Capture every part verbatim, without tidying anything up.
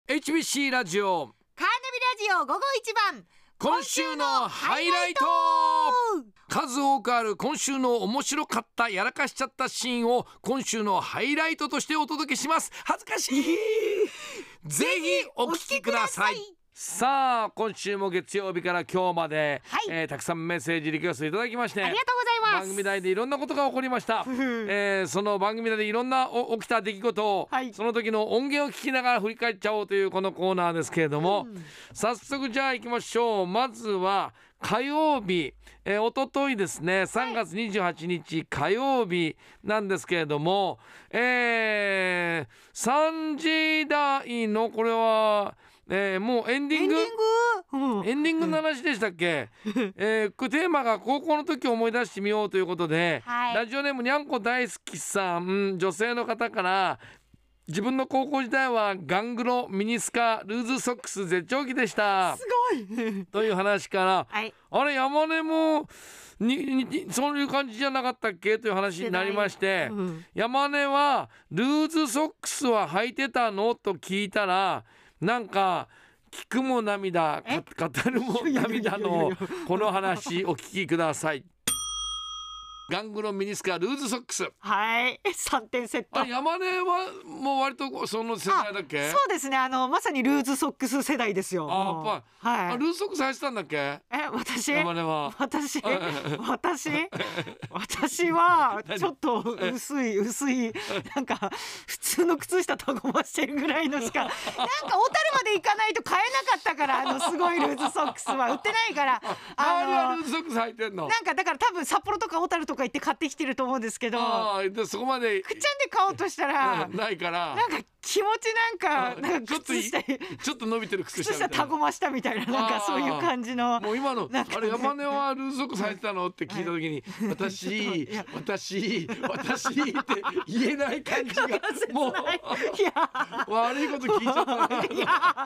エイチビーシー ラジオカーナビラジオ午後一番、 今週のハイライト。数多くある今週の面白かったやらかしちゃったシーンを今週のハイライトとしてお届けします。恥ずかしいぜひお聞きください。さあ今週も月曜日から今日まで、 はいえー、たくさんメッセージリクエストいただきまして、 ありがとうございます。 番組内でいろんなことが起こりました、えー、その番組内でいろんなお起きた出来事を、はい、その時の音源を聞きながら振り返っちゃおうというこのコーナーですけれども、うん、早速じゃあ行きましょう。まずは火曜日、えー、おとといですねさんがつにじゅうはちにち火曜日なんですけれども、えー、さんじ台のこれはえー、もうエンディングエンディング、うん、エンディングの話でしたっけ、えー、テーマが高校の時を思い出してみようということで、はい、ラジオネームにゃんこ大好きさん、うん、女性の方から自分の高校時代はガングロミニスカルーズソックス絶頂期でしたすごいという話から、はい、あれ山根もににそういう感じじゃなかったっけという話になりまして、うん、山根はルーズソックスは履いてたのと聞いたらなんか聞くも涙語るも涙のこの話お聞きください。ガングロミニスカルーズソックス、 はいさんてんセット。 あ山根はもう割とその世代だっけ。 そうですね、あのまさにルーズソックス世代ですよ。 あやっぱり、はい、あルーズソックス履いてたんだっけ。え私山根は私私私はちょっと薄い薄いなんか普通の靴下とごましてるぐらいのしかなんか小樽まで行かないと買えなかったから、あのすごいルーズソックスは売ってないから。 あのはルーズソックス履いてんの。 なんかだから多分札幌とか小樽とか行って買ってきてると思うんですけど、 あでそこまでくっちゃんで買おうとしたら、 うん、ないからなんか気持ちなんかなんか靴下ちょっと伸びてる靴下靴下たごましたみたいな、なんかそういう感じの。 もう今の、ね、あれ山根はルーズソックス履いてたのって聞いた時に、はい、私私私って言えない感じがもういや悪いこと聞いちゃったね。いや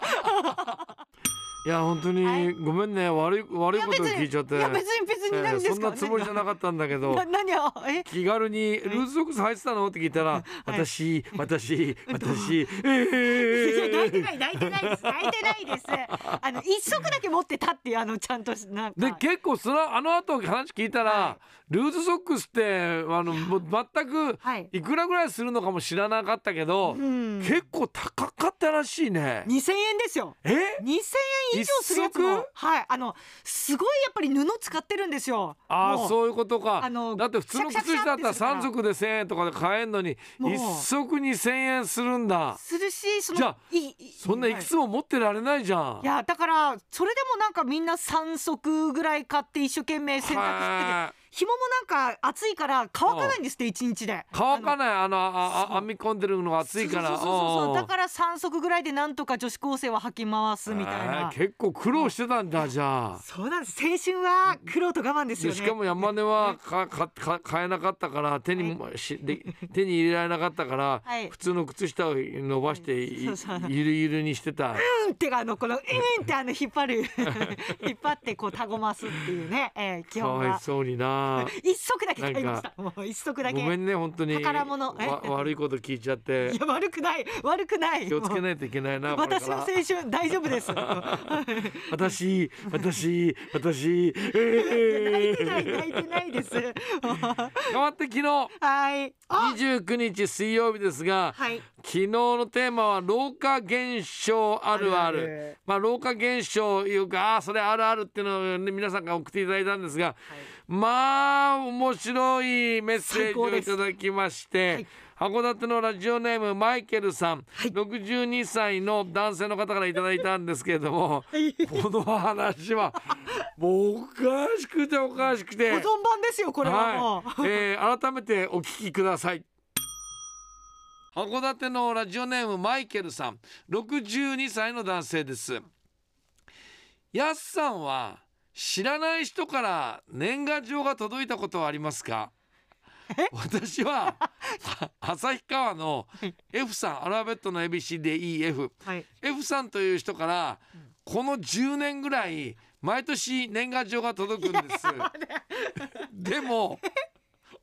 いや本当にごめんね、悪い悪いこと聞いちゃって。 いや別に別に何ですか、ね、 そんなつもりじゃなかったんだけど、 何やえ気軽にルーズソックス履いてたのって聞いたら、はい、私私私えー、 いや泣いてない泣いてないです泣いてないです。あの一足だけ持ってたっていう、あのちゃんとなんかで結構そのあの後話聞いたら、はい、ルーズソックスってあのもう全くいくらぐらいするのかも知らなかったけど、はい、結構高かったらしいね。 にせんえんですよ。 えにせんえん以上するやつも、はい、あのすごいやっぱり布使ってるんですよ。 ああそういうことか。あのだって普通の靴下だったらさん足でせんえんとかで買えんのにいっ足にせんえんするんだ。 するし、そのじゃあそんないくつも持ってられないじゃん。 いやだからそれでもなんかみんなさん足ぐらい買って一生懸命洗濯してて、紐もなんか暑いから乾かないんですっていちにちで。 乾かない、あのああ編み込んでるのが暑いから。 そうそうそうそうだからさん足ぐらいでなんとか女子高生は履き回すみたいな。 結構苦労してたんだじゃあ。 そうなんです、青春は苦労と我慢ですよね。 しかも山根はかかか買えなかったから手に、はい、しで手に入れられなかったから、はい、普通の靴下を伸ばして、はい、ゆるゆるにしてた。 うんってあのこのうんってあの引っ張る引っ張ってこうたごますっていうね、えー、基本は。 かわいそうにな。 一足だけ買いました。もう一足だけ。 ごめんね本当に宝物。 悪いこと聞いちゃって。 いや悪くない悪くない。 気をつけないといけないな。 私の青春大丈夫です。 私私私、えー、泣いてない泣いてないです。 変わって昨日、 はい、 にじゅうくにち水曜日ですが、はい、昨日のテーマは老化現象あるある。あるあるまあ老化現象いうか、あそれあるあるっていうのを、ね、皆さんが送っていただいたんですが、はい、まあ面白いメッセージをいただきまして、函館のラジオネームマイケルさん、はい、ろくじゅうにさいの男性の方からいただいたんですけれども、はい、この話はもうおかしくておかしくて保存版ですよこれはもう、 はいえー、改めてお聞きください。函館のラジオネームマイケルさん、ろくじゅうにさいの男性です。やすさんは知らない人から年賀状が届いたことはありますか？私は旭川の F さん、アルファベットの エービーシーディーイーエフ、はい、F さんという人からこのじゅうねんぐらい毎年年賀状が届くんです。でも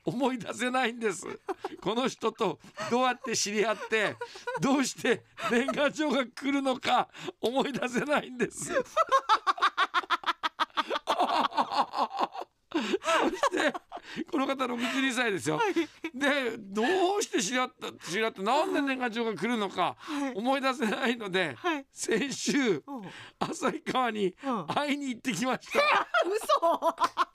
思い出せないんです。この人とどうやって知り合ってどうして年賀状が来るのか思い出せないんです。そしてこの方ろくじゅうにさいですよ、はい、でどうして知り合った知り合ってなんで年賀状が来るのか思い出せないので、はい、先週旭川に会いに行ってきました。 嘘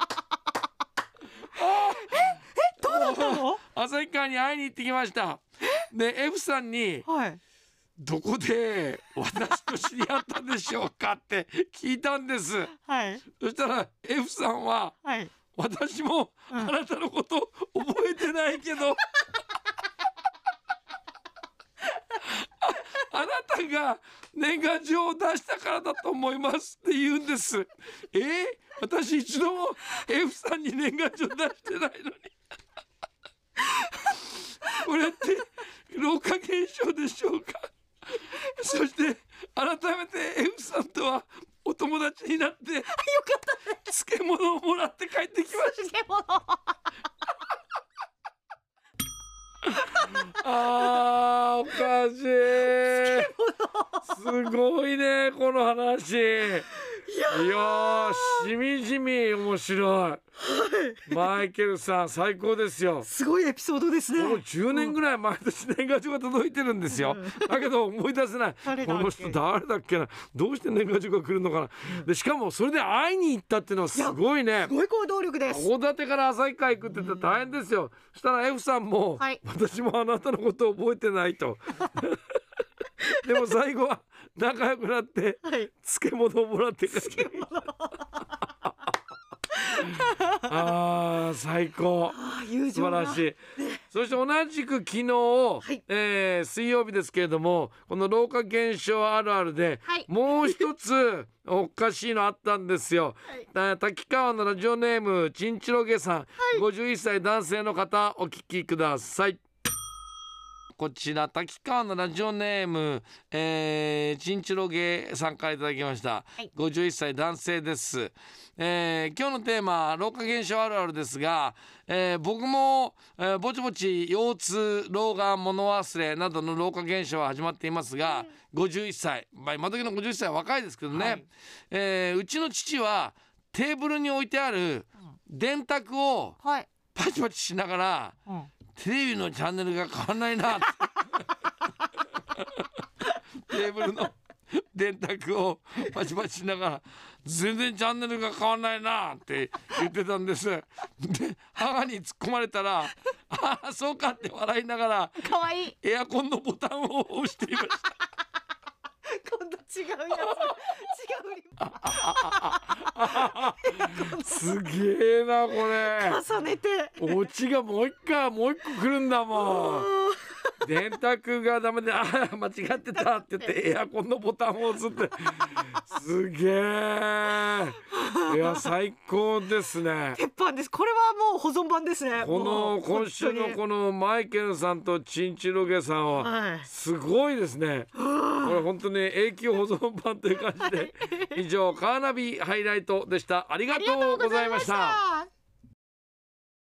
え、どうだったの？ 旭川に会いに行ってきました。で F さんに、はい、どこで私と知り合ったでしょうかって聞いたんです、はい、そしたら F さんは、はい、私もあなたのこと覚えてないけど、うん、あ, あなたが年賀状を出したからだと思いますって言うんです。えー、私一度も F さんに年賀状出してないのにこれって老化現象でしょうか。そして改めて F さんとはお友達になってよかったね。漬物をもらって帰ってきました。漬物あーおかしい。すごいねこの話。いやーしみじみ面白い、はい、マイケルさん最高ですよ。 すごいエピソードですね。 もうじゅうねんぐらい毎年年賀状が届いてるんですよ、うん、だけど思い出せないこの人誰だっけな、どうして年賀状が来るのかな、うん、でしかもそれで会いに行ったっていうのはすごいね。 すごい行動力です。 大館から旭川行くって言ったら大変ですよ、うん、そしたら F さんも、はい、私もあなたのことを覚えてないとでも最後は仲良くなって、はい、漬物をもらって帰ってきたあー最高、素晴らしい、ね、そして同じく昨日、はい、えー、水曜日ですけれどもこの老化現象あるあるで、はい、もう一つおかしいのあったんですよ、はい、滝川のラジオネームチンチロゲさん、はい、ごじゅういっさい男性の方お聞きください。こちら滝川のラジオネーム、えー、チンチロゲさんからいただきました、はい、ごじゅういっさい男性です、えー、今日のテーマ老化現象あるあるですが、えー、僕も、えー、ぼちぼち腰痛老眼物忘れなどの老化現象は始まっていますが、うん、ごじゅういっさい、まあ、今時のごじゅういっさいは若いですけどね、はい、えー、うちの父はテーブルに置いてある電卓をパチパチしながら、うん、テレビのチャンネルが変わんないなってテーブルの電卓をパチパチしながら全然チャンネルが変わんないなって言ってたんです。で母に突っ込まれたらああそうかって笑いながらかわいいエアコンのボタンを押していました今度違うやつ違うすげえなこれ重ねてオチがもう一回もう一個来るんだもん電卓がダメであ間違ってたって言ってエアコンのボタンを押すってすげえいや最高ですね。 鉄板です。これはもう保存版ですね。 この今週のこのマイケルさんとチンチロゲさんはすごいですね、はい、これ本当に永久保存版という感じで以上カーナビハイライトでした。ありがとうございました。